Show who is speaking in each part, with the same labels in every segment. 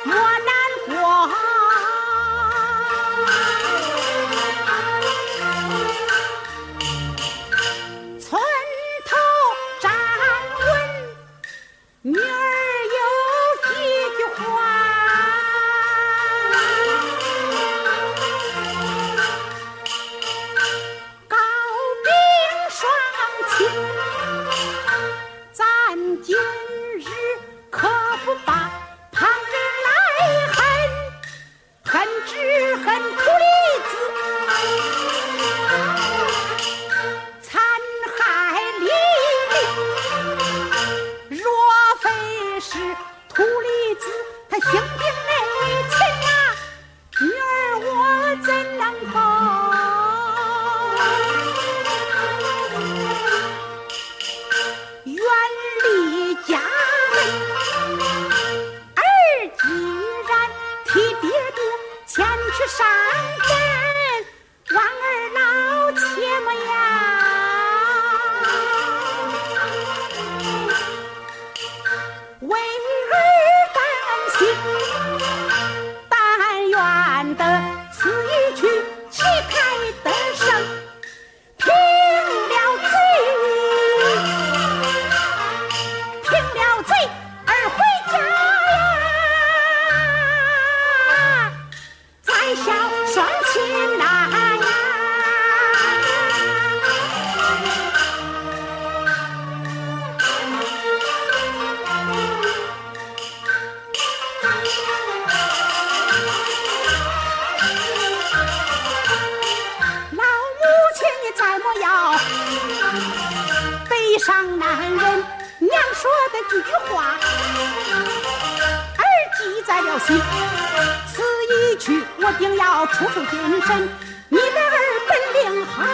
Speaker 1: 莫难过。村头站稳，女儿有几句话。高兵双亲，咱今日可不把旁人来恨，恨只恨土里子残害黎民。若非是土里子他性病内情啊，女儿我怎能够远离家门？儿既然替爹爹前去上阵，望儿老切莫呀，为儿担心。但愿得此一去，旗开得胜，平了贼，平了贼，儿回家呀，再孝双亲呐呀。老母亲你再莫要悲伤男人娘说的几句话，儿记在了心。此一去我定要处处谨慎，你的儿本领好，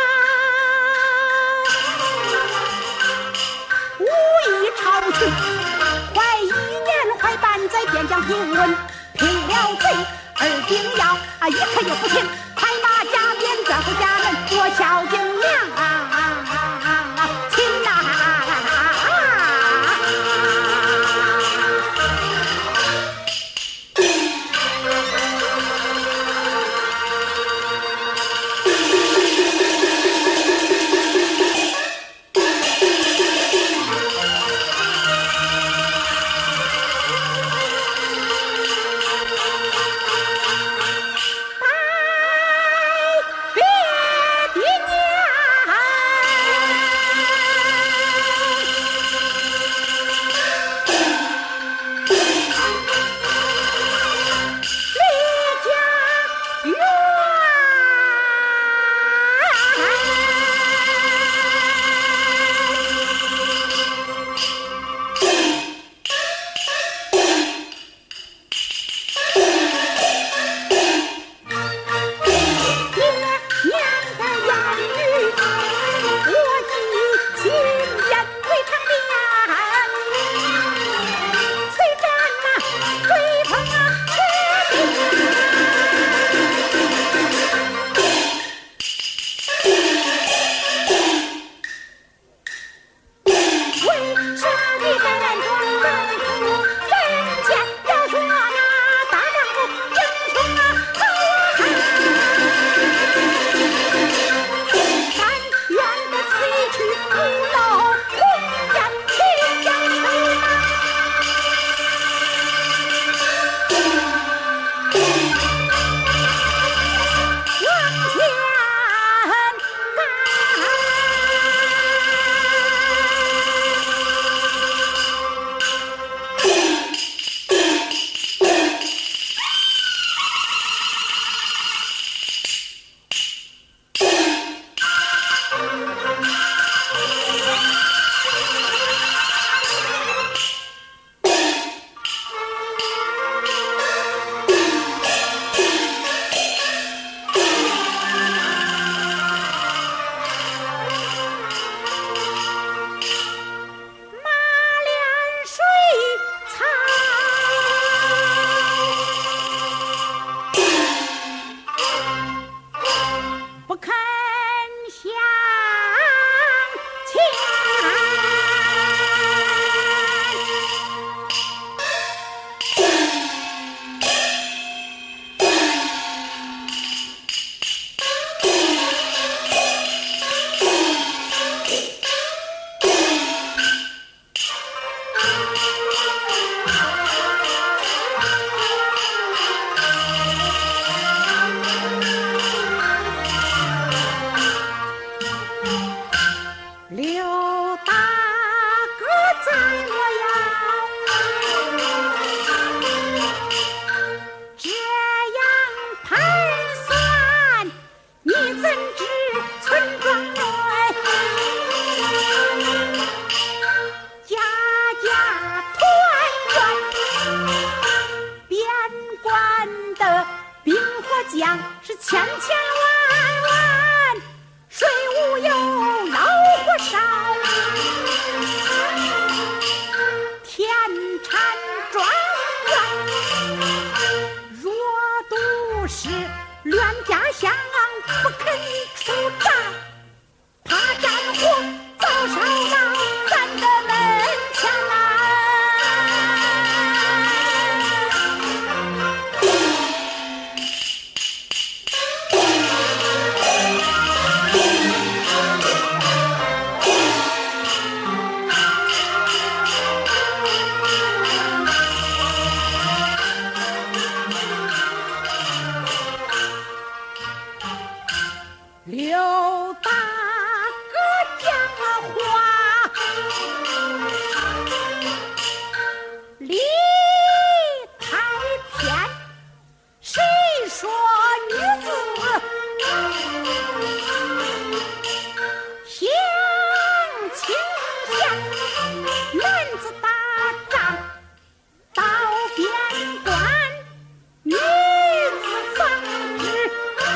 Speaker 1: 武艺超群，怀1年怀半载便将平稳，平了贼，儿定要一刻也不停，快马加鞭转回家门，我孝敬娘亲呐。别的娘的兵火将是千千万万，谁无有老火烧？田产庄园，若都是乱家乡，不肯出战，怕战火早烧到咱的门前来。刘大哥讲话理太偏，谁说女子性清闲，男子打仗到边关，女子防止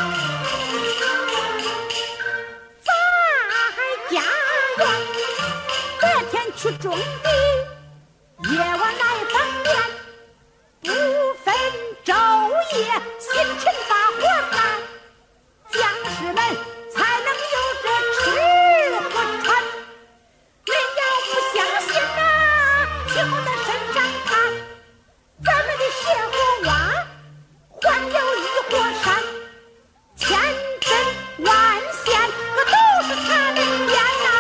Speaker 1: 家园，白天去种地，夜晚来方便，不分昼夜，星辰把活干，将士们才能有这吃和穿。人要不相信啊，去我的身上看，咱们的血火洼，还有一火山，千针万线，可都是他的脸呐。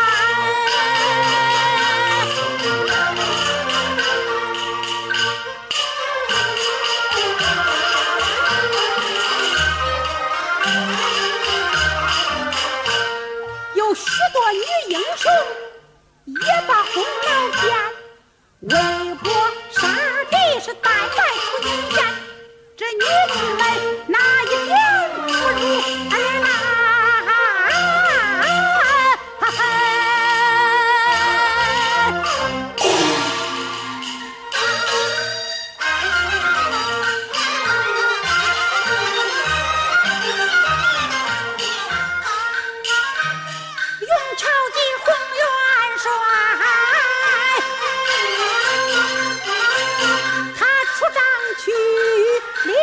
Speaker 1: 有许多女英雄也把功劳见，为国杀敌是代代出经验，这女子们哪一点不如哎啦？永朝的洪元帅，他出战去了，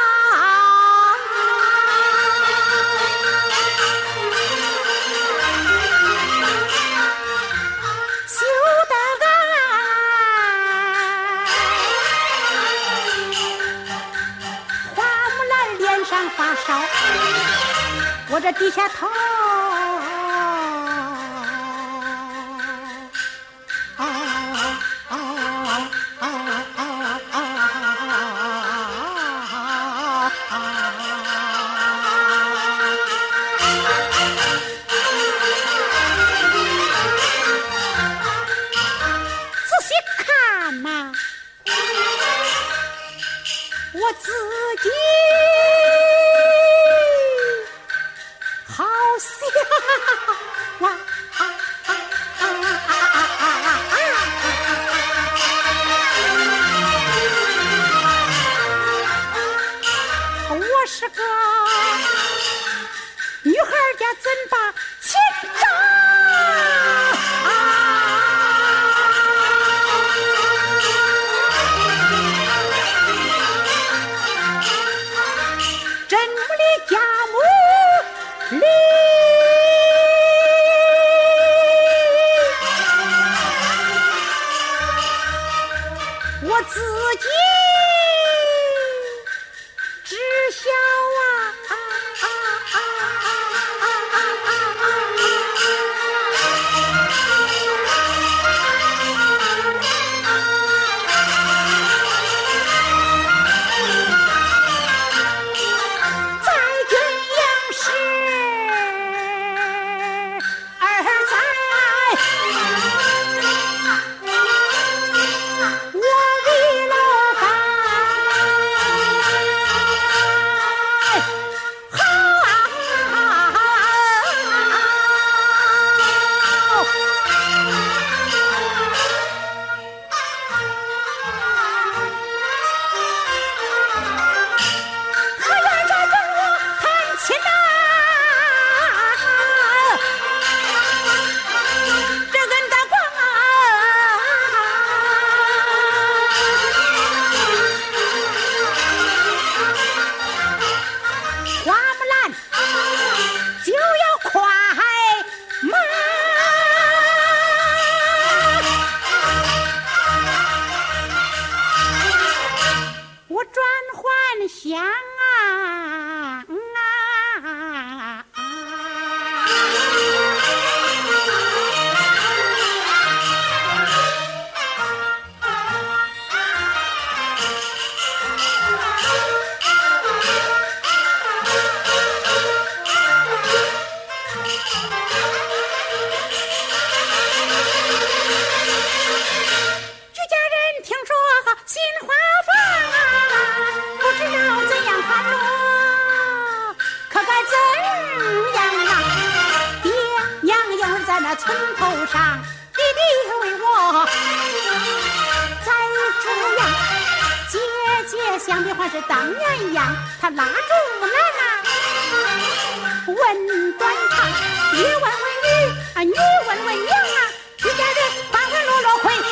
Speaker 1: 羞得俺花木兰脸上发烧，我这低下头仔细看呐，我自己好像我是个女孩家怎把情长真母的家母里，我自己知晓啊我转还乡啊！新花房啊，不知道怎样看落，可该怎样啊？爹娘幼儿在那村头上，弟弟为我在猪养，姐姐想必还是当年一样，她拉住篮啊，问短长，女问问女啊，女问问娘啊，一家人把我落落回。